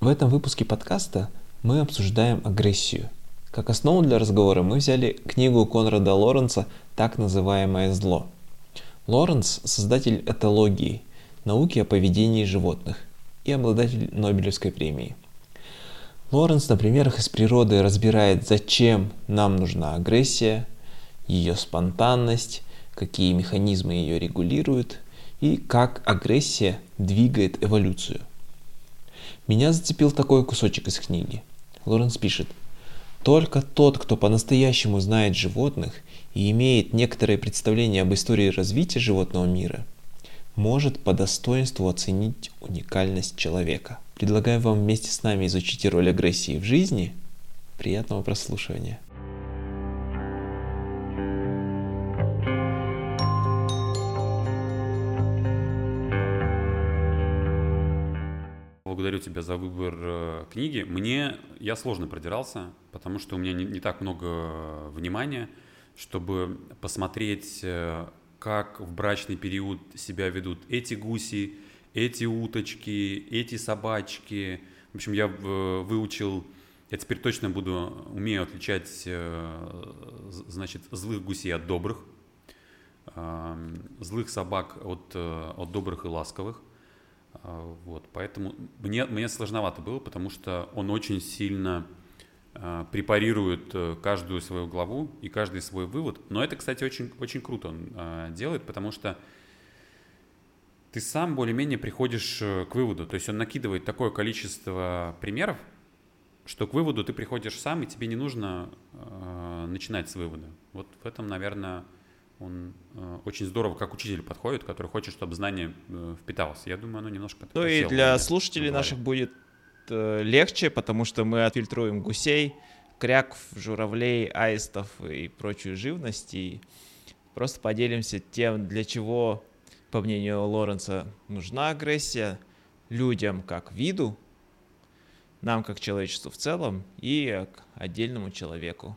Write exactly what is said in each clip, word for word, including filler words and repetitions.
В этом выпуске подкаста мы обсуждаем агрессию. Как основу для разговора мы взяли книгу Конрада Лоренса «Так называемое зло». Лоренс – создатель этологии, науки о поведении животных и обладатель Нобелевской премии. Лоренс на примерах из природы разбирает, зачем нам нужна агрессия, ее спонтанность, какие механизмы ее регулируют и как агрессия двигает эволюцию. Меня зацепил такой кусочек из книги. Лоренс пишет: «Только тот, кто по-настоящему знает животных и имеет некоторое представление об истории развития животного мира, может по достоинству оценить уникальность человека». Предлагаю вам вместе с нами изучить роль агрессии в жизни. Приятного прослушивания. Благодарю тебя за выбор э, книги. Мне, я сложно продирался, потому что у меня не, не так много внимания, чтобы посмотреть, э, как в брачный период себя ведут эти гуси, эти уточки, эти собачки. В общем, я э, выучил, я теперь точно буду, умею отличать, э, значит, злых гусей от добрых, э, злых собак от, э, от добрых и ласковых. Вот, поэтому мне, мне сложновато было, потому что он очень сильно э, препарирует каждую свою главу и каждый свой вывод. Но это, кстати, очень, очень круто он э, делает, потому что ты сам более-менее приходишь к выводу. То есть он накидывает такое количество примеров, что к выводу ты приходишь сам, и тебе не нужно э, начинать с вывода. Вот в этом, наверное, он э, очень здорово как учитель подходит, который хочет, чтобы знание э, впиталось. Я думаю, оно немножко... Ну и для слушателей наших будет э, легче, потому что мы отфильтруем гусей, кряков, журавлей, аистов и прочую живность, и просто поделимся тем, для чего, по мнению Лоренса, нужна агрессия людям как виду, нам как человечеству в целом и к отдельному человеку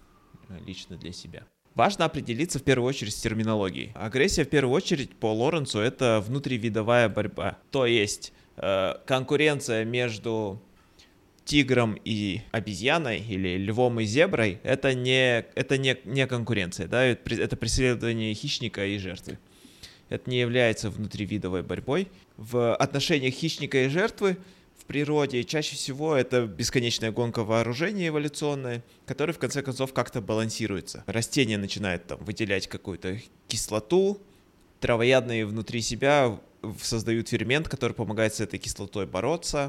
лично для себя. Важно определиться в первую очередь с терминологией. Агрессия в первую очередь по Лоренсу это внутривидовая борьба. То есть э, конкуренция между тигром и обезьяной или львом и зеброй это не, это не, не конкуренция, да? Это преследование хищника и жертвы. Это не является внутривидовой борьбой. В отношениях хищника и жертвы в природе чаще всего это бесконечная гонка вооружения эволюционная, которая в конце концов как-то балансируется. Растения начинают там выделять какую-то кислоту, травоядные внутри себя создают фермент, который помогает с этой кислотой бороться.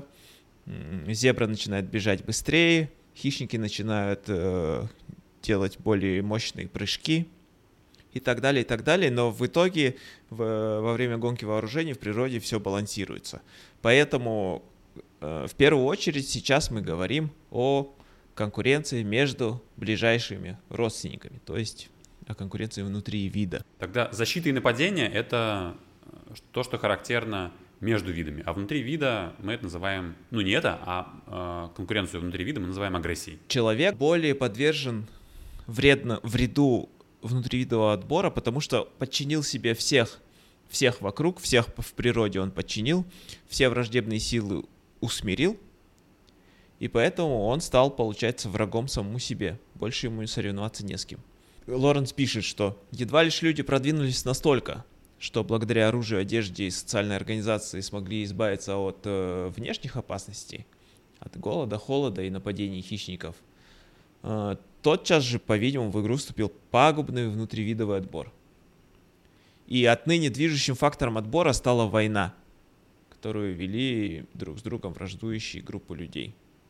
Зебра начинает бежать быстрее, хищники начинают э, делать более мощные прыжки и так далее, и так далее. Но в итоге в, во время гонки вооружений в природе все балансируется. Поэтому в первую очередь сейчас мы говорим о конкуренции между ближайшими родственниками, то есть о конкуренции внутри вида. Тогда защита и нападение — это то, что характерно между видами, а внутри вида мы это называем, ну не это, а э, конкуренцию внутри вида мы называем агрессией. Человек более подвержен вредно, вреду внутривидового отбора, потому что подчинил себе всех, всех вокруг, всех в природе он подчинил, все враждебные силы усмирил, и поэтому он стал, получается, врагом самому себе. Больше ему соревноваться не с кем. Лоренс пишет, что едва лишь люди продвинулись настолько, что благодаря оружию, одежде и социальной организации смогли избавиться от э, внешних опасностей, от голода, холода и нападений хищников, э, тотчас же, по-видимому, в игру вступил пагубный внутривидовый отбор. И отныне движущим фактором отбора стала война, которую вели друг с другом враждующие группы людей.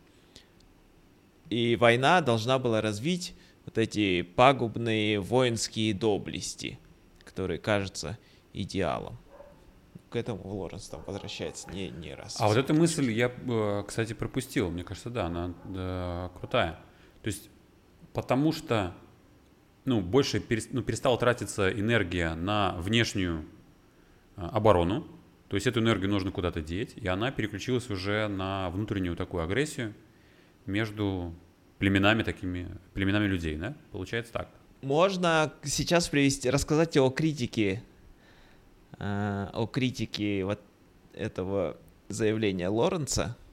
И война должна была развить вот эти пагубные воинские доблести, которые кажутся идеалом. К этому Лоренс там возвращается не, не раз. А вот эту мысль я, кстати, пропустил. Мне кажется, да, она да, крутая. То есть потому что ну, больше перест, ну, перестала тратиться энергия на внешнюю оборону. То есть эту энергию нужно куда-то деть, и она переключилась уже на внутреннюю такую агрессию между племенами такими, племенами людей, да? Получается так. Можно сейчас привести, рассказать о критике, э, о критике вот этого заявления Лоренса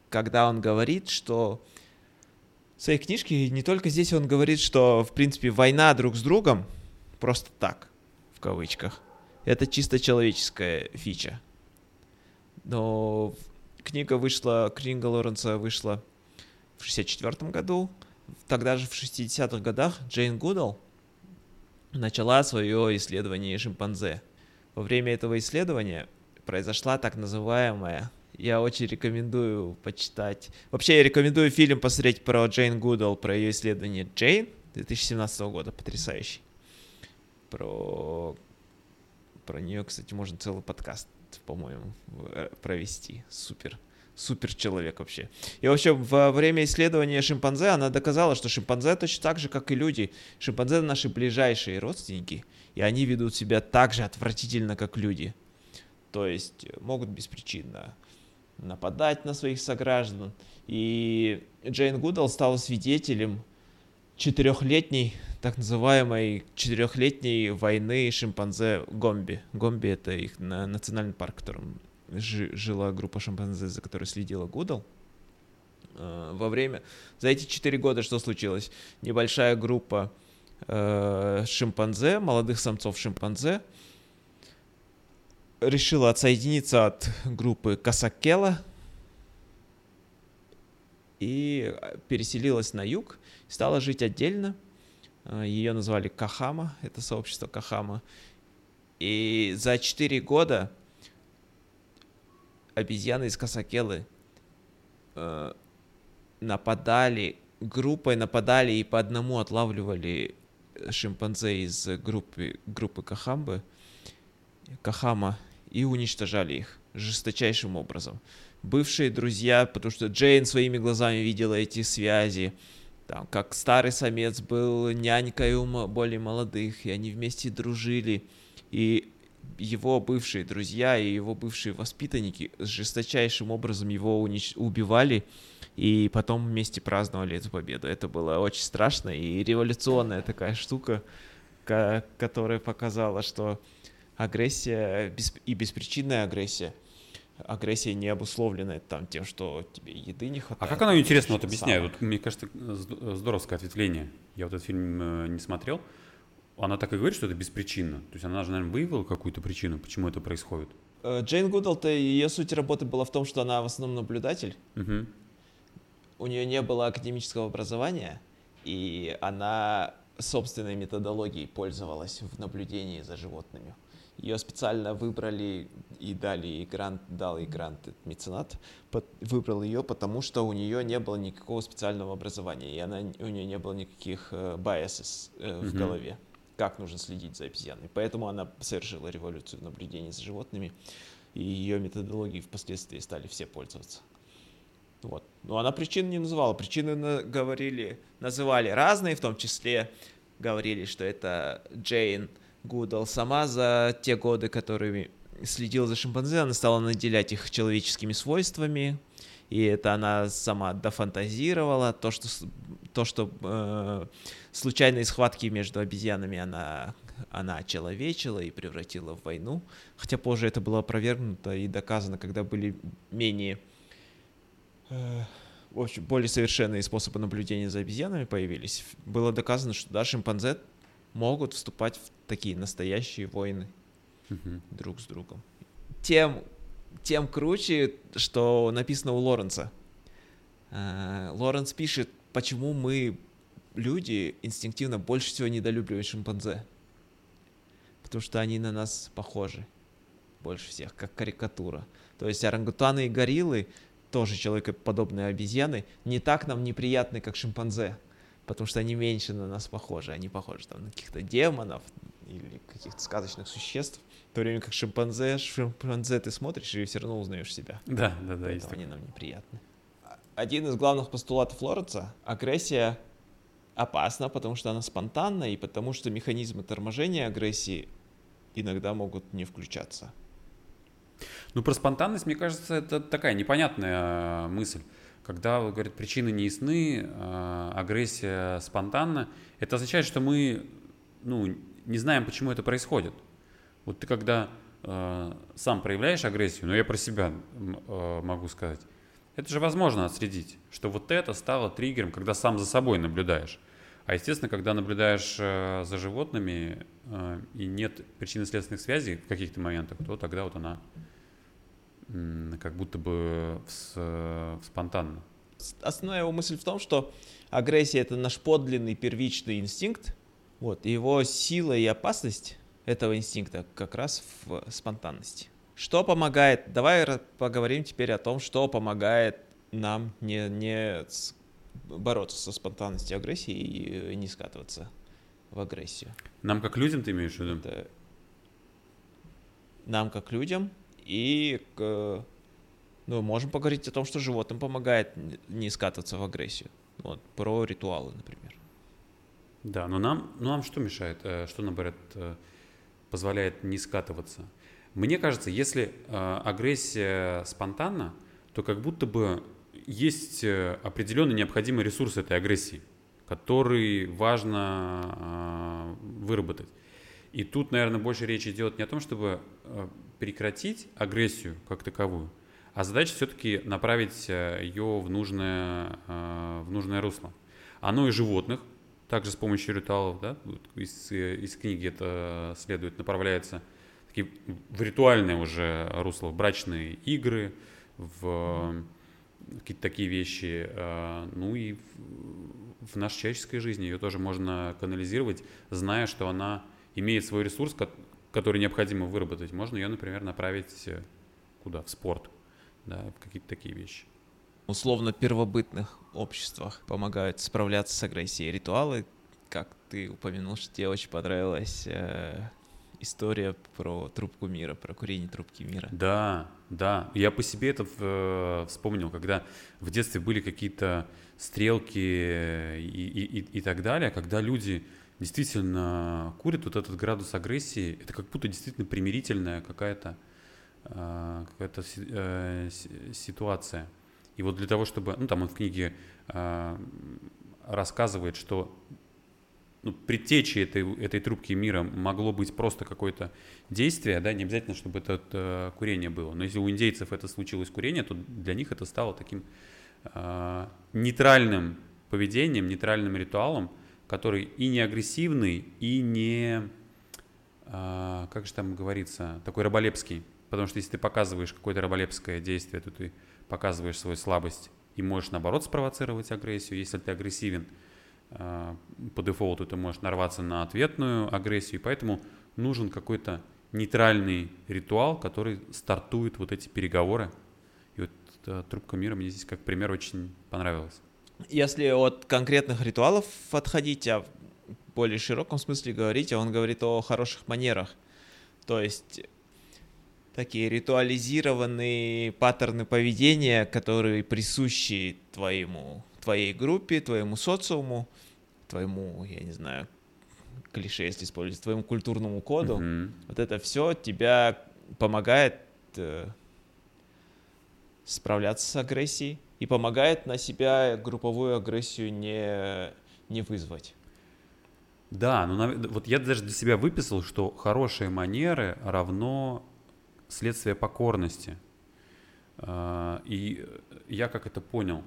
когда он говорит, что в своей книжке не только здесь он говорит, что, в принципе, война друг с другом просто так, в кавычках, это чисто человеческая фича. Но книга вышла, книга Лоренса вышла в шестьдесят четвёртом году. Тогда же в шестидесятых годах Джейн Гудал начала свое исследование шимпанзе. Во время этого исследования произошла так называемая, я очень рекомендую почитать, вообще я рекомендую фильм посмотреть про Джейн Гудал, про ее исследование Джейн две тысячи семнадцатого года, потрясающий. Про, про нее, кстати, можно целый подкаст, по-моему, провести. Супер. Супер человек вообще. И вообще во время исследования шимпанзе она доказала, что шимпанзе точно так же, как и люди. Шимпанзе наши ближайшие родственники, и они ведут себя так же отвратительно, как люди. То есть могут беспричинно нападать на своих сограждан. И Джейн Гудал стала свидетелем четырехлетней, так называемой четырехлетней войны шимпанзе Гомби. Гомби — это их национальный парк, в котором жила группа шимпанзе, за которой следила Гудал. Во время... За эти четыре года что случилось? Небольшая группа э, шимпанзе, молодых самцов шимпанзе, решила отсоединиться от группы Касакела и переселилась на юг, стала жить отдельно. Ее назвали Кахама, это сообщество Кахама. И за четыре года обезьяны из Касакелы э, нападали, группой нападали и по одному отлавливали шимпанзе из группы, группы Кахамбы, Кахама, и уничтожали их жесточайшим образом. Бывшие друзья, потому что Джейн своими глазами видела эти связи, там, как старый самец был нянькой у более молодых, и они вместе дружили, и его бывшие друзья и его бывшие воспитанники жесточайшим образом его унич... убивали, и потом вместе праздновали эту победу. Это было очень страшно и революционная такая штука, ко- которая показала, что агрессия бес... и беспричинная агрессия, агрессия не обусловленная там тем, что тебе еды не хватает. А как она интересно вот объясняет? Вот, мне кажется, здоровское ответвление. Я вот этот фильм не смотрел. Она так и говорит, что это беспричинно. То есть она же, наверное, выявила какую-то причину, почему это происходит. Джейн Гудал-то, ее суть работы была в том, что она в основном наблюдатель. Угу. У нее не было академического образования, и она собственной методологией пользовалась в наблюдении за животными. Ее специально выбрали и дали ей грант, дал ей грант меценат, выбрал ее, потому что у нее не было никакого специального образования, и она, у нее не было никаких biases э, в mm-hmm. голове, как нужно следить за обезьяной. Поэтому она совершила революцию в наблюдении за животными, и ее методологией впоследствии стали все пользоваться. Вот. Но она причин не называла. Причины на, говорили, называли разные, в том числе говорили, что это Джейн Гудал сама за те годы, которыми следила за шимпанзе, она стала наделять их человеческими свойствами, и это она сама дофантазировала. То, что, то, что э, случайные схватки между обезьянами она, она очеловечила и превратила в войну. Хотя позже это было опровергнуто и доказано, когда были менее, э, в общем, более совершенные способы наблюдения за обезьянами появились. Было доказано, что да, шимпанзе могут вступать в такие настоящие войны uh-huh. друг с другом. Тем, тем круче, что написано у Лоренса. Uh, Лоренс пишет, почему мы, люди, инстинктивно больше всего недолюбливаем шимпанзе. Потому что они на нас похожи больше всех, как карикатура. То есть орангутаны и гориллы, тоже человекоподобные обезьяны, не так нам неприятны, как шимпанзе. Потому что они меньше на нас похожи. Они похожи там, на каких-то демонов или каких-то сказочных существ. В то время как шимпанзе, шимпанзе ты смотришь и все равно узнаешь себя. Да, да, да. Поэтому они нам неприятны. Один из главных постулатов Лоренса — агрессия опасна, потому что она спонтанна и потому что механизмы торможения агрессии иногда могут не включаться. Ну, про спонтанность, мне кажется, это такая непонятная мысль. Когда, говорят, причины не ясны, агрессия спонтанна, это означает, что мы ну, не знаем, почему это происходит. Вот ты когда э, сам проявляешь агрессию, ну я про себя э, могу сказать, Это же возможно отследить, что вот это стало триггером, когда сам за собой наблюдаешь. А естественно, когда наблюдаешь э, за животными э, и нет причинно-следственных связей в каких-то моментах, то тогда вот она м, как будто бы вс, э, спонтанно. Основная его мысль в том, что агрессия — это наш подлинный первичный инстинкт, вот, и его сила и опасность этого инстинкта как раз в спонтанности. Что помогает? Давай поговорим теперь о том, что помогает нам не, не бороться со спонтанностью агрессии и не скатываться в агрессию. Нам как людям, ты имеешь в виду? Это нам как людям, и ну, можем поговорить о том, что животным помогает не скатываться в агрессию. Вот, про ритуалы, например. Да, но нам, ну нам что мешает, что, наоборот, позволяет не скатываться? Мне кажется, если агрессия спонтанна, то как будто бы есть определенный необходимый ресурс этой агрессии, который важно выработать. И тут, наверное, больше речь идет не о том, чтобы прекратить агрессию как таковую, а задача все-таки направить ее в нужное, в нужное русло. Оно и животных, также с помощью ритуалов, да, из, из книги это следует, направляется такие, в ритуальное уже русло, в брачные игры, в какие-то такие вещи. Ну и в, в нашей человеческой жизни ее тоже можно канализировать, зная, что она имеет свой ресурс, который необходимо выработать. Можно ее, например, направить куда? В спорт, да, в какие-то такие вещи. Условно первобытных обществах помогают справляться с агрессией. Ритуалы, как ты упомянул, что тебе очень понравилась э, история про трубку мира, про курение трубки мира. Да, да. Я по себе это э, вспомнил, когда в детстве были какие-то стрелки и, и, и, и так далее, когда люди действительно курят, вот этот градус агрессии, это как будто действительно примирительная какая-то, э, какая-то э, ситуация. И вот для того, чтобы, ну там он в книге э, рассказывает, что ну, предтечей этой, этой трубки мира могло быть просто какое-то действие, да, не обязательно, чтобы это э, курение было. Но если у индейцев это случилось курение, то для них это стало таким э, нейтральным поведением, нейтральным ритуалом, который и не агрессивный, и не, э, как же там говорится, такой раболепский. Потому что если ты показываешь какое-то раболепское действие, то ты показываешь свою слабость и можешь, наоборот, спровоцировать агрессию. Если ты агрессивен, по дефолту ты можешь нарваться на ответную агрессию. И поэтому нужен какой-то нейтральный ритуал, который стартует вот эти переговоры. И вот э, трубка мира мне здесь как пример очень понравилась. Если от конкретных ритуалов отходить, а в более широком смысле говорить, он говорит о хороших манерах. То есть такие ритуализированные паттерны поведения, которые присущи твоему, твоей группе, твоему социуму, твоему, я не знаю, клише, если использовать, твоему культурному коду. Mm-hmm. Вот это все тебя помогает э, справляться с агрессией и помогает на себя групповую агрессию не, не вызвать. Да, ну вот я даже для себя выписал, что хорошие манеры равно следствие покорности. И я как это понял,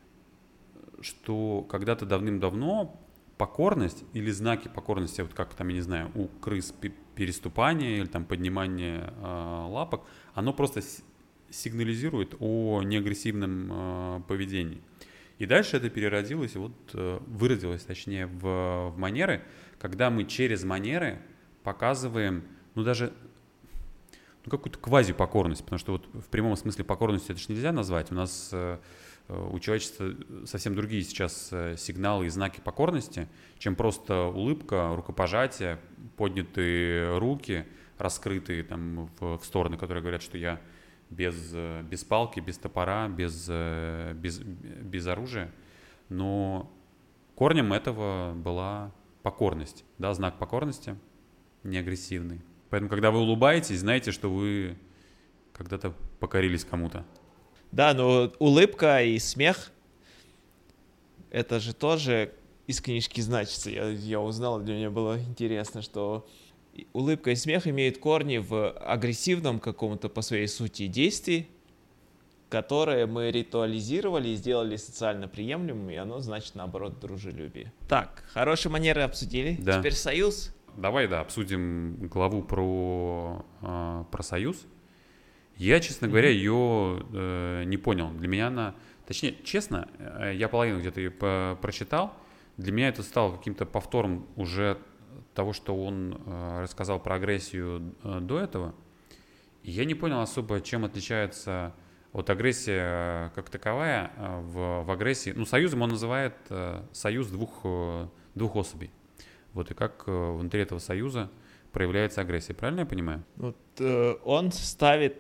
что когда-то давным-давно покорность или знаки покорности, вот как там, я не знаю, у крыс переступание или там поднимание лапок, оно просто сигнализирует о неагрессивном поведении. И дальше это переродилось, вот выродилось, точнее, в, в манеры, когда мы через манеры показываем, ну даже ну, какую-то квазипокорность, потому что вот в прямом смысле покорности это же нельзя назвать. У нас э, у человечества совсем другие сейчас сигналы и знаки покорности, чем просто улыбка, рукопожатие, поднятые руки, раскрытые там в, в стороны, которые говорят, что я без, без палки, без топора, без, без, без оружия. Но корнем этого была покорность, да, знак покорности, неагрессивный. Поэтому, когда вы улыбаетесь, знайте, что вы когда-то покорились кому-то. Да, но улыбка и смех, это же тоже из книжки значится. Я, я узнал, для меня было интересно, что улыбка и смех имеют корни в агрессивном каком-то по своей сути действии, которые мы ритуализировали и сделали социально приемлемым, и оно значит, наоборот, дружелюбие. Так, хорошие манеры обсудили. Да. Теперь союз. Давай, да, обсудим главу про, э, про союз. Я, честно говоря, ее э, не понял. Для меня она... Точнее, честно, э, я половину где-то ее по- прочитал. Для меня это стало каким-то повтором уже того, что он э, рассказал про агрессию э, до этого. И я не понял особо, чем отличается вот агрессия э, как таковая э, в, в агрессии. Ну, союзом он называет э, союз двух, э, двух особей. Вот и как э, внутри этого союза проявляется агрессия. Правильно я понимаю? Вот, э, он ставит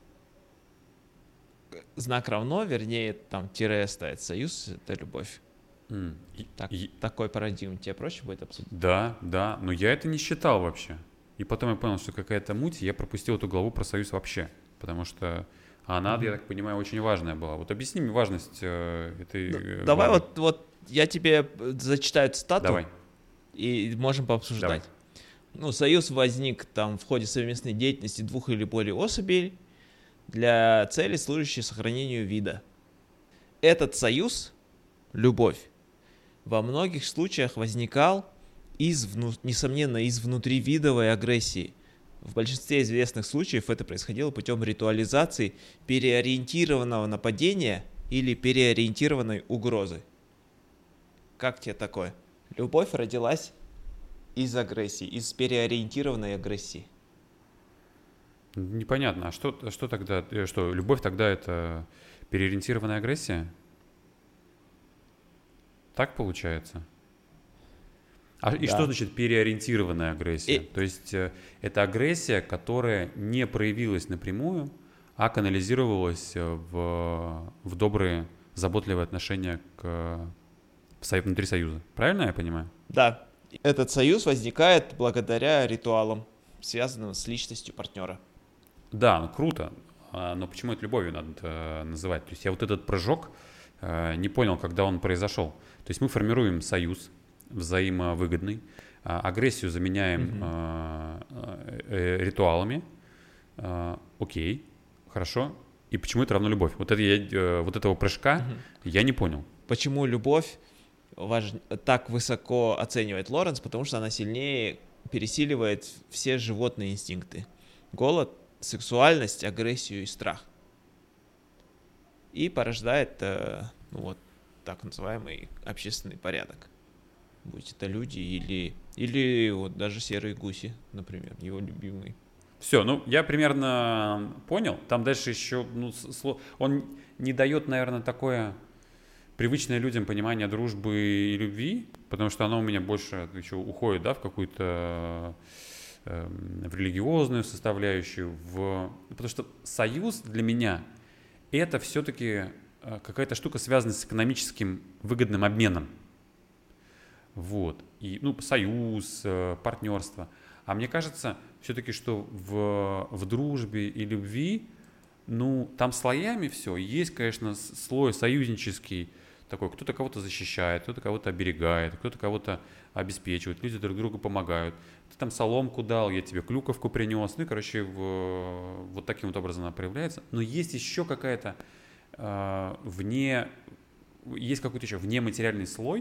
знак равно, вернее, там тире ставит. Союз — это любовь. Mm. И, Так, и, такой парадигм тебе проще будет обсудить? да, да, но я это не считал вообще. И потом я понял, что какая-то муть, и я пропустил эту главу про союз вообще. Потому что она, mm-hmm. я так понимаю, очень важная была. Вот объясни мне важность э, этой ну, главы. Давай вот, вот я тебе зачитаю цитату. Давай. И можем пообсуждать. Давай. Ну, союз возник там в ходе совместной деятельности двух или более особей для цели, служащей сохранению вида. Этот союз, любовь, во многих случаях возникал из, вну... несомненно, из внутривидовой агрессии. В большинстве известных случаев это происходило путем ритуализации переориентированного нападения или переориентированной угрозы. Как тебе такое? Любовь родилась из агрессии, из переориентированной агрессии. Непонятно. А что, что тогда? Что, любовь тогда это переориентированная агрессия? Так получается? А, да. И что значит переориентированная агрессия? И... То есть э, это агрессия, которая не проявилась напрямую, а канализировалась в, в добрые, заботливые отношения к, внутри союза. Правильно я понимаю? Да. Этот союз возникает благодаря ритуалам, связанным с личностью партнера. Да, ну круто. Но почему это любовью надо э, называть? То есть я вот этот прыжок э, не понял, когда он произошел. То есть мы формируем союз взаимовыгодный, а агрессию заменяем mm-hmm. э, э, ритуалами. Э, окей, хорошо. И почему это равно любовь? Вот, это я, э, вот этого прыжка mm-hmm. я не понял. Почему любовь важ... так высоко оценивает Лоренс? Потому что она сильнее пересиливает все животные инстинкты. Голод, сексуальность, агрессию и страх. И порождает э, ну, вот, так называемый общественный порядок. Будь это люди или, или вот даже серые гуси, например, его любимый. Все, ну я примерно понял. Там дальше еще, ну, сло... он не дает, наверное, такое привычное людям понимание дружбы и любви, потому что оно у меня больше еще уходит, да, в какую-то э, в религиозную составляющую, в... потому что союз для меня это все-таки какая-то штука, связанная с экономическим выгодным обменом. Вот. И, ну, союз, партнерство. А мне кажется, все-таки, что в, в дружбе и любви, ну, там слоями все. Есть, конечно, слой союзнический, такой, кто-то кого-то защищает, кто-то кого-то оберегает, кто-то кого-то обеспечивает, люди друг другу помогают. Ты там соломку дал, я тебе клюковку принес. Ну и, короче, в, вот таким вот образом она проявляется. Но есть еще какая-то э, вне, есть какой-то еще внематериальный слой,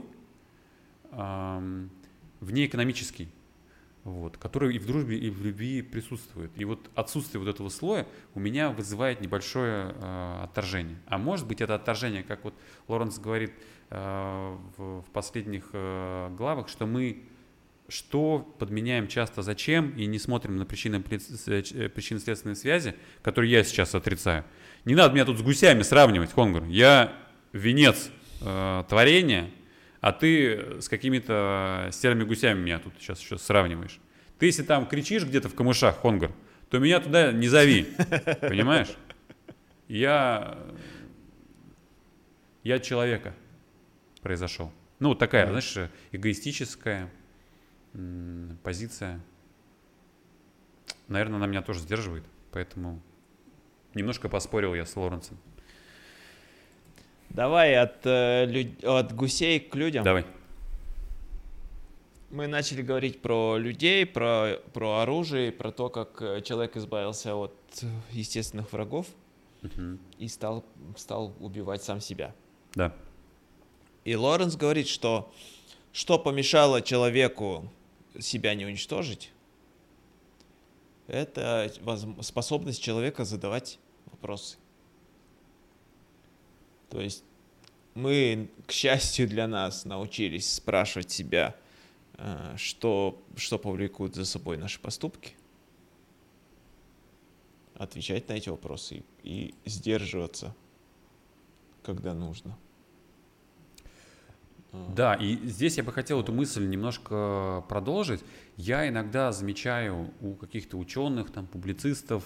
внеэкономический, вот, который и в дружбе, и в любви присутствует. И вот отсутствие вот этого слоя у меня вызывает небольшое э, отторжение. А может быть, это отторжение, как вот Лоренс говорит э, в, в последних э, главах, что мы что подменяем часто зачем и не смотрим на причины, причинно-следственные связи, которые я сейчас отрицаю. Не надо меня тут с гусями сравнивать, Хонгар. Я венец э, творения, а ты с какими-то серыми гусями меня тут сейчас еще сравниваешь. Ты если там кричишь где-то в камышах, Хонгар, то меня туда не зови. Понимаешь? Я... Я от человека произошел. Ну, вот такая, mm-hmm. знаешь, эгоистическая м- позиция. Наверное, она меня тоже сдерживает. Поэтому немножко поспорил я с Лоренсом. Давай от, э, люд... от гусей к людям. Давай. Мы начали говорить про людей, про, про оружие, про то, как человек избавился от естественных врагов. Угу. и стал, стал убивать сам себя. Да. И Лоренс говорит, что что помешало человеку себя не уничтожить, это способность человека задавать вопросы. То есть мы, к счастью для нас, научились спрашивать себя, что, что повлекут за собой наши поступки, отвечать на эти вопросы и, и сдерживаться, когда нужно. Да, и здесь я бы хотел эту мысль немножко продолжить. Я иногда замечаю у каких-то ученых, там, публицистов,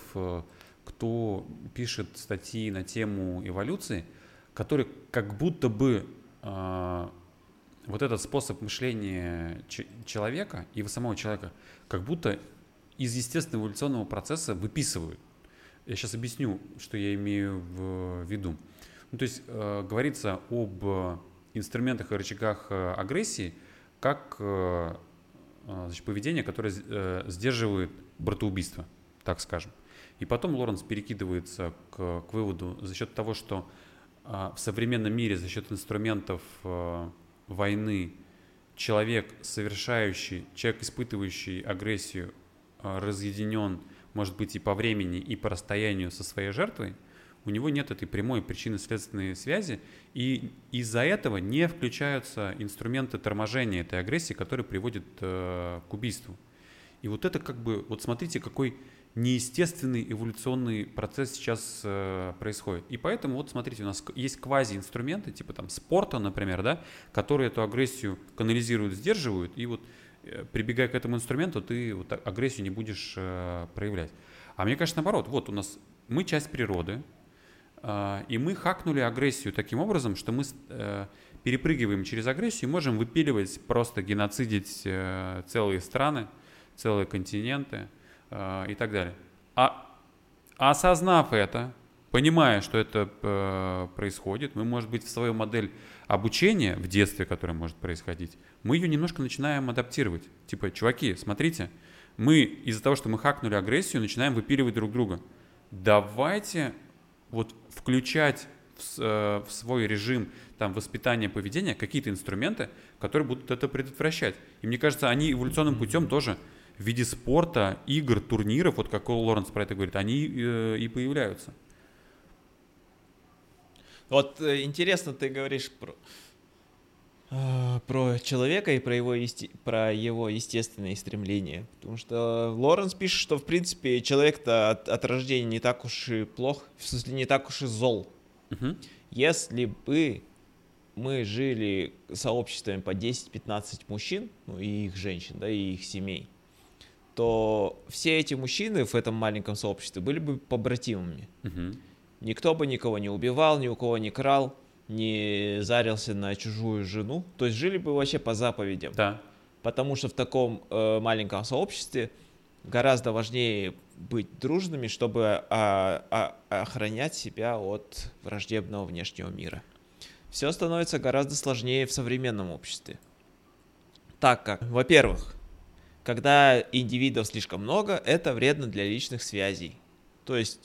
кто пишет статьи на тему эволюции, которые как будто бы э, вот этот способ мышления ч- человека и самого человека как будто из естественного эволюционного процесса выписывают. Я сейчас объясню, что я имею в виду. Ну, то есть э, говорится об инструментах и рычагах агрессии как э, значит, поведение, которое э, сдерживает братоубийство, так скажем. И потом Лоренс перекидывается к, к выводу за счет того, что в современном мире за счет инструментов э, войны человек, совершающий, человек, испытывающий агрессию, э, разъединен, может быть, и по времени, и по расстоянию со своей жертвой, у него нет этой прямой причинно-следственной связи, и из-за этого не включаются инструменты торможения этой агрессии, которые приводят э, к убийству. И вот это как бы, вот смотрите, какой неестественный эволюционный процесс сейчас э, происходит. И поэтому, вот смотрите, у нас есть квази-инструменты, типа там спорта, например, да, которые эту агрессию канализируют, сдерживают, и вот э, прибегая к этому инструменту, ты вот агрессию не будешь э, проявлять. А мне кажется, наоборот, вот у нас, мы часть природы, э, и мы хакнули агрессию таким образом, что мы э, перепрыгиваем через агрессию и можем выпиливать, просто геноцидить э, целые страны, целые континенты, и так далее. А осознав это, понимая, что это э, происходит, мы, может быть, в свою модель обучения в детстве, которая может происходить, мы ее немножко начинаем адаптировать. Типа, чуваки, смотрите, мы из-за того, что мы хакнули агрессию, начинаем выпиливать друг друга. Давайте вот включать в, э, в свой режим там, воспитания поведения какие-то инструменты, которые будут это предотвращать. И мне кажется, они эволюционным путем тоже в виде спорта, игр, турниров, вот как Лоренс про это говорит, они э, и появляются. Вот э, интересно, ты говоришь про, э, про человека и про его, есте, про его естественные стремления. Потому что Лоренс пишет, что, в принципе, человек-то от, от рождения не так уж и плох, в смысле, не так уж и зол. Uh-huh. Если бы мы жили сообществами по десять-пятнадцать мужчин, ну и их женщин, да, и их семей, то все эти мужчины в этом маленьком сообществе были бы побратимами. Uh-huh. Никто бы никого не убивал, ни у кого не крал, не зарился на чужую жену. То есть жили бы вообще по заповедям. Да. Потому что в таком э, маленьком сообществе гораздо важнее быть дружными, чтобы а, а, охранять себя от враждебного внешнего мира. Все становится гораздо сложнее в современном обществе. Так как, во-первых, когда индивидов слишком много, это вредно для личных связей. То есть,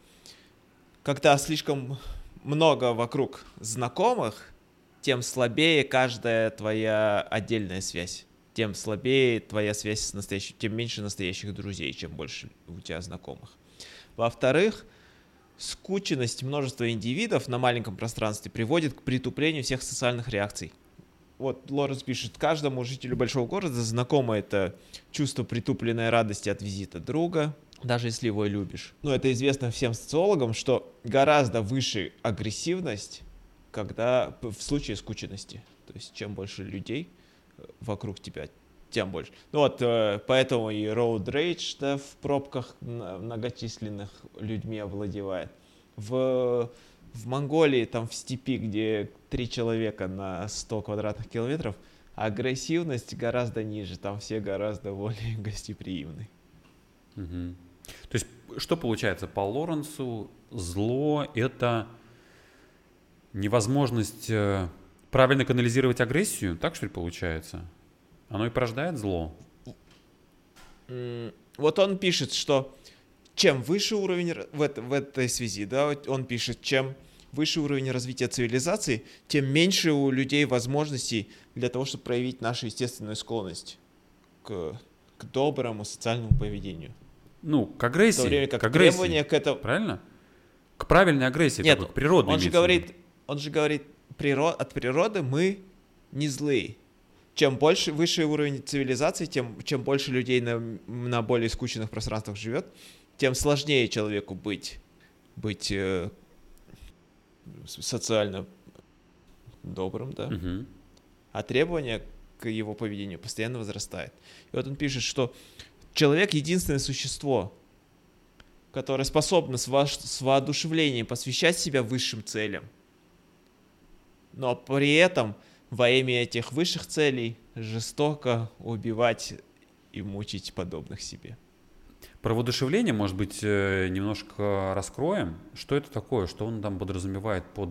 когда слишком много вокруг знакомых, тем слабее каждая твоя отдельная связь. Тем слабее твоя связь с настоящим, тем меньше настоящих друзей, чем больше у тебя знакомых. Во-вторых, скученность множества индивидов на маленьком пространстве приводит к притуплению всех социальных реакций. Вот Лоренс пишет, каждому жителю большого города знакомо это чувство притупленной радости от визита друга, даже если его и любишь. Но это известно всем социологам, что гораздо выше агрессивность, когда в случае скученности. То есть чем больше людей вокруг тебя, тем больше. Ну вот, поэтому и road rage, да, в пробках многочисленных людьми овладевает. В... В Монголии, там в степи, где три человека на сто квадратных километров, агрессивность гораздо ниже, там все гораздо более гостеприимны. Угу. То есть, что получается? По Лоренсу зло — это невозможность правильно канализировать агрессию, так что ли получается? Оно и порождает зло? Вот он пишет, что чем выше уровень в, это, в этой связи, да, он пишет, чем выше уровень развития цивилизации, тем меньше у людей возможностей для того, чтобы проявить нашу естественную склонность к, к доброму социальному поведению. Ну, к агрессии. В то время как к агрессии. требования к этому... Правильно? К правильной агрессии, Нет, такой, к природной. он же говорит, он же говорит, природ, от природы мы не злые. Чем больше, выше уровень цивилизации, тем, чем больше людей на, на более скучных пространствах живет, тем сложнее человеку быть, быть э, социально добрым, да. Угу. А требования к его поведению постоянно возрастают. И вот он пишет, что человек — единственное существо, которое способно с, во- с воодушевлением посвящать себя высшим целям, но при этом во имя этих высших целей жестоко убивать и мучить подобных себе. Про воодушевление, может быть, немножко раскроем. Что это такое? Что он там подразумевает под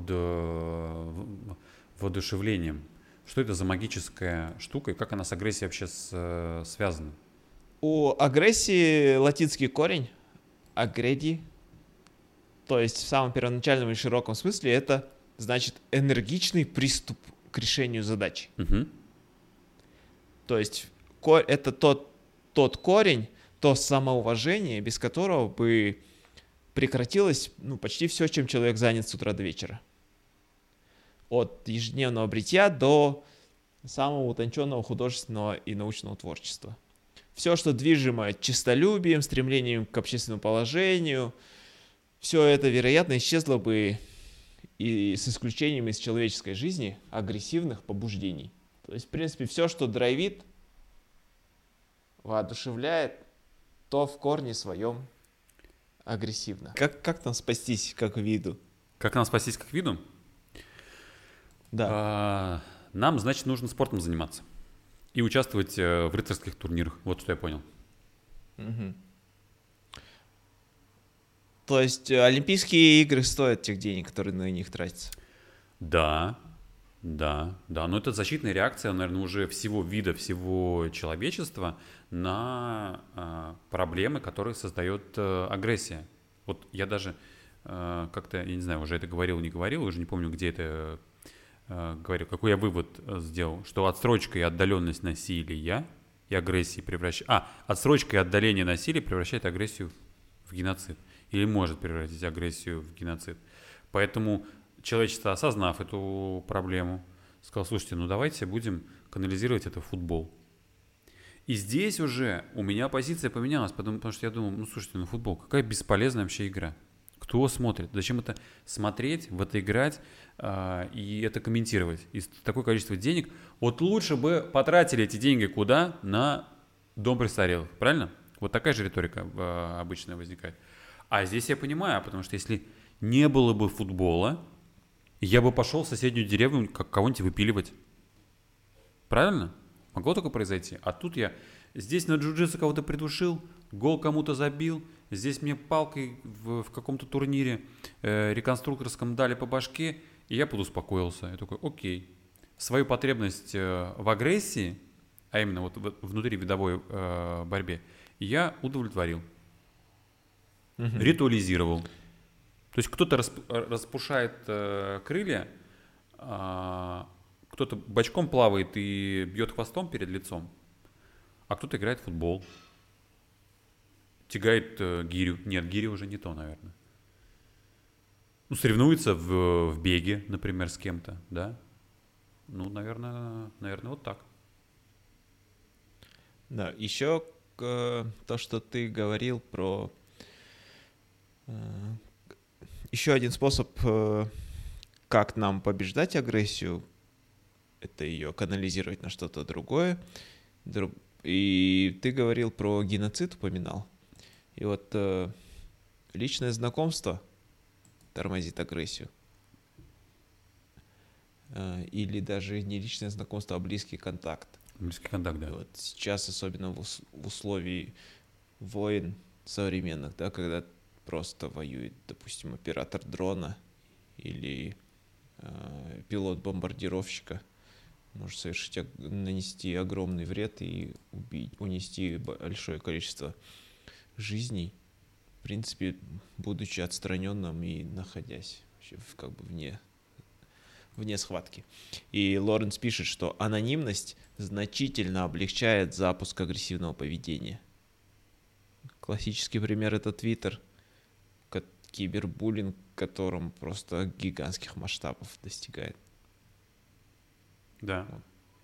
воодушевлением? Что это за магическая штука и как она с агрессией вообще с, связана? У агрессии латинский корень агреди, то есть в самом первоначальном и широком смысле это значит энергичный приступ к решению задачи. Угу. То есть это тот, тот корень, то самоуважение, без которого бы прекратилось ну, почти все, чем человек занят с утра до вечера. От ежедневного бритья до самого утонченного художественного и научного творчества. Все, что движимо честолюбием, стремлением к общественному положению, все это, вероятно, исчезло бы и с исключением из человеческой жизни агрессивных побуждений. То есть, в принципе, все, что драйвит, воодушевляет, то в корне своем агрессивно. Как, как нам спастись как виду? Как нам спастись как виду? Да. А, нам, значит, нужно спортом заниматься и участвовать в рыцарских турнирах. Вот что я понял. Угу. То есть Олимпийские игры стоят тех денег, которые на них тратятся? Да, да, да. Но это защитная реакция, наверное, уже всего вида, всего человечества на а, проблемы, которые создает а, агрессия. Вот я даже а, как-то, я не знаю, уже это говорил, не говорил, уже не помню, где это а, говорил, какой я вывод сделал, что отсрочка и отдаленность насилия и агрессии превращает... А, отсрочка и отдаление насилия превращает агрессию в геноцид. Или может превратить агрессию в геноцид. Поэтому человечество, осознав эту проблему, сказал, слушайте, ну давайте будем канализировать это в футбол. И здесь уже у меня позиция поменялась, потому, потому что я думал, ну слушайте, ну футбол, какая бесполезная вообще игра. Кто смотрит? Зачем это смотреть, в это играть э, и это комментировать? И такое количество денег. Вот лучше бы потратили эти деньги куда? На дом престарелых, правильно? Вот такая же риторика э, обычно возникает. А здесь я понимаю, потому что если не было бы футбола, я бы пошел в соседнюю деревню как кого-нибудь выпиливать. Правильно? Могло такое произойти. А тут я здесь на джиу-джитсу кого-то придушил, гол кому-то забил, здесь мне палкой в, в каком-то турнире э, реконструкторском дали по башке, и я подуспокоился. Я такой, окей. Свою потребность э, в агрессии, а именно вот в, внутри видовой э, борьбе, я удовлетворил. Угу. Ритуализировал. То есть кто-то расп, распушает э, крылья, э, кто-то бочком плавает и бьет хвостом перед лицом, а кто-то играет в футбол, тягает э, гирю. Нет, гиря уже не то, наверное. Ну, соревнуется в, в беге, например, с кем-то, да? Ну, наверное, наверное, вот так. Да, еще э, то, что ты говорил про... Еще один способ, как нам побеждать агрессию, это ее канализировать на что-то другое. И ты говорил про геноцид, упоминал. И вот личное знакомство тормозит агрессию. Или даже не личное знакомство, а близкий контакт. Близкий контакт, да. И вот сейчас, особенно в условии войн современных, да, когда просто воюет, допустим, оператор дрона или э, пилот бомбардировщика, может совершить, нанести огромный вред и убить, унести большое количество жизней. в принципе, будучи отстраненным и находясь вообще в, как бы вне, вне схватки. И Лоренс пишет, что анонимность значительно облегчает запуск агрессивного поведения. Классический пример — это Твиттер, кибербуллинг, которым просто гигантских масштабов достигает. Да.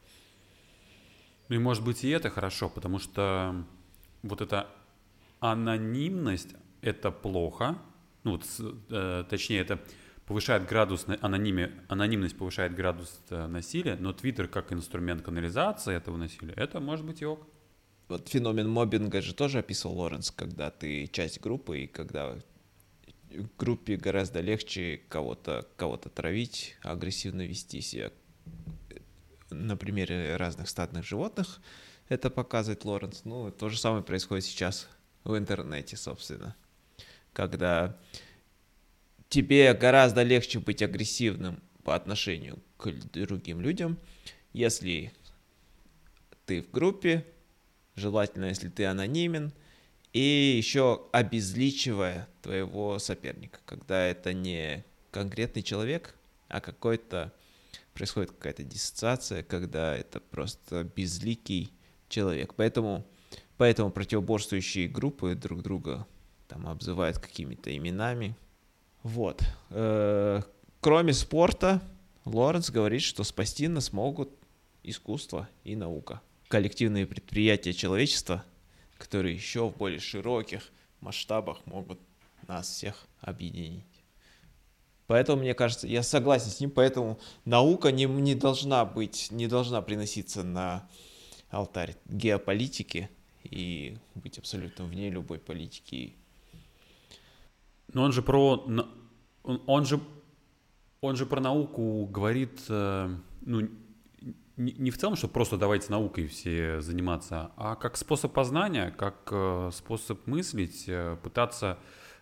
Ну и может быть и это хорошо, потому что вот эта анонимность — это плохо, ну вот, э, точнее, это повышает градус анониме, анонимность повышает градус насилия, но Твиттер как инструмент канализации этого насилия, это может быть и ок. Вот феномен моббинга же тоже описывал Лоренс, когда ты часть группы, и когда в группе гораздо легче кого-то кого-то травить, агрессивно вести себя. На примере разных стадных животных это показывает Лоренс. Ну, то же самое происходит сейчас в интернете, собственно. Когда тебе гораздо легче быть агрессивным по отношению к другим людям, если ты в группе, желательно, если ты анонимен, и еще обезличивая твоего соперника, когда это не конкретный человек, а какой-то происходит какая-то диссоциация, когда это просто безликий человек. Поэтому, поэтому противоборствующие группы друг друга там обзывают какими-то именами. Вот. Кроме спорта, Лоренс говорит, что спасти нас могут искусство и наука. Коллективные предприятия человечества, которые еще в более широких масштабах могут нас всех объединить. Поэтому, мне кажется, я согласен с ним, поэтому наука не, не должна быть, не должна приноситься на алтарь геополитики и быть абсолютно вне любой политики. Но он же про, он, он же, он же про науку говорит, ну, не, не в целом, что просто давайте наукой все заниматься, а как способ познания, как способ мыслить, пытаться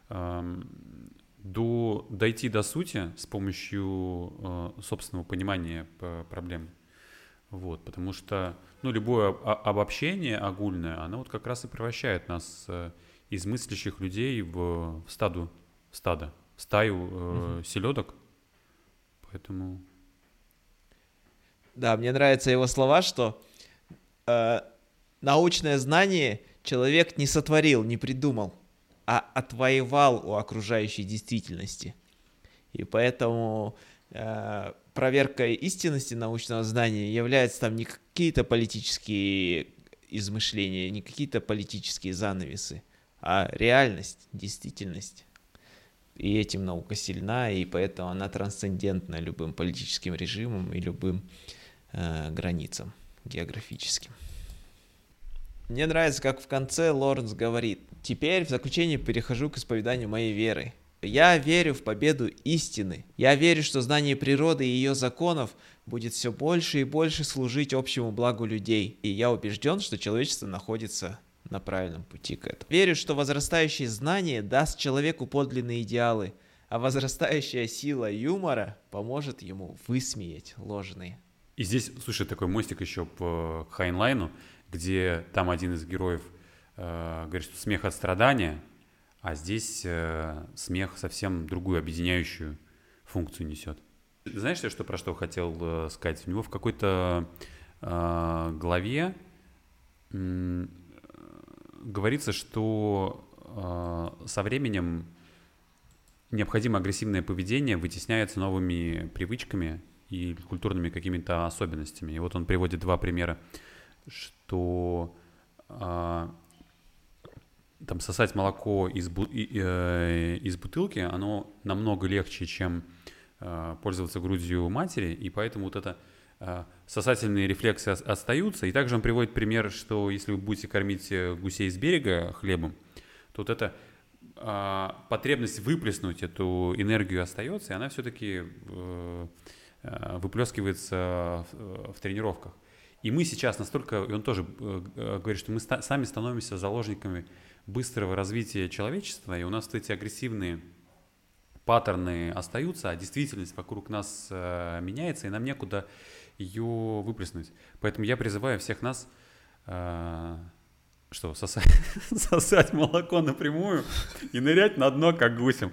до, дойти до сути с помощью собственного понимания проблем. Вот, потому что, ну, любое обобщение огульное, оно вот как раз и превращает нас из мыслящих людей в, в стаду, в стадо, в стаю э, mm-hmm. селедок. Поэтому... Да, мне нравятся его слова, что э, научное знание человек не сотворил, не придумал, а отвоевал у окружающей действительности. И поэтому э, проверкой истинности научного знания являются там не какие-то политические измышления, не какие-то политические занавесы, а реальность, действительность. И этим наука сильна, и поэтому она трансцендентна любым политическим режимам и любым э, границам географическим. Мне нравится, как в конце Лоренс говорит: «Теперь в заключение перехожу к исповеданию моей веры. Я верю в победу истины. Я верю, что знание природы и ее законов будет все больше и больше служить общему благу людей. И я убежден, что человечество находится на правильном пути к этому. Верю, что возрастающее знание даст человеку подлинные идеалы, а возрастающая сила юмора поможет ему высмеять ложные». И здесь, слушай, такой мостик еще по Хайнлайну, где там один из героев э, говорит, что смех от страдания, а здесь э, смех совсем другую объединяющую функцию несет. Знаешь, я что, про что хотел э, сказать? У него в какой-то э, главе э, говорится, что э, со временем необходимое агрессивное поведение вытесняется новыми привычками и культурными какими-то особенностями. И вот он приводит два примера, что э, там сосать молоко из, бу- э, из бутылки, оно намного легче, чем э, пользоваться грудью матери, и поэтому вот это сосательные рефлексы остаются. И также он приводит пример, что если вы будете кормить гусей с берега хлебом, то вот эта а, потребность выплеснуть эту энергию остается, и она все-таки э, выплескивается в, в тренировках. И мы сейчас настолько, и он тоже э, говорит, что мы ста- сами становимся заложниками быстрого развития человечества, и у нас вот эти агрессивные паттерны остаются, а действительность вокруг нас э, меняется, и нам некуда ее выплеснуть. Поэтому я призываю всех нас, э, Что, сосать, сосать молоко напрямую и нырять на дно, как гусем.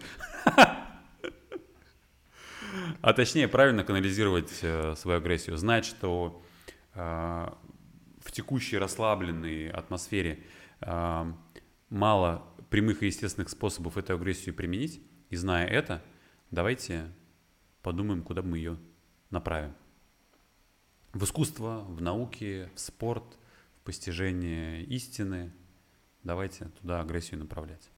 А точнее, правильно канализировать э, свою агрессию. Знать, что э, в текущей расслабленной атмосфере э, мало прямых и естественных способов эту агрессию применить. И зная это, давайте подумаем, куда мы ее направим. В искусство, в науке, в спорт, в постижение истины. Давайте туда агрессию направлять.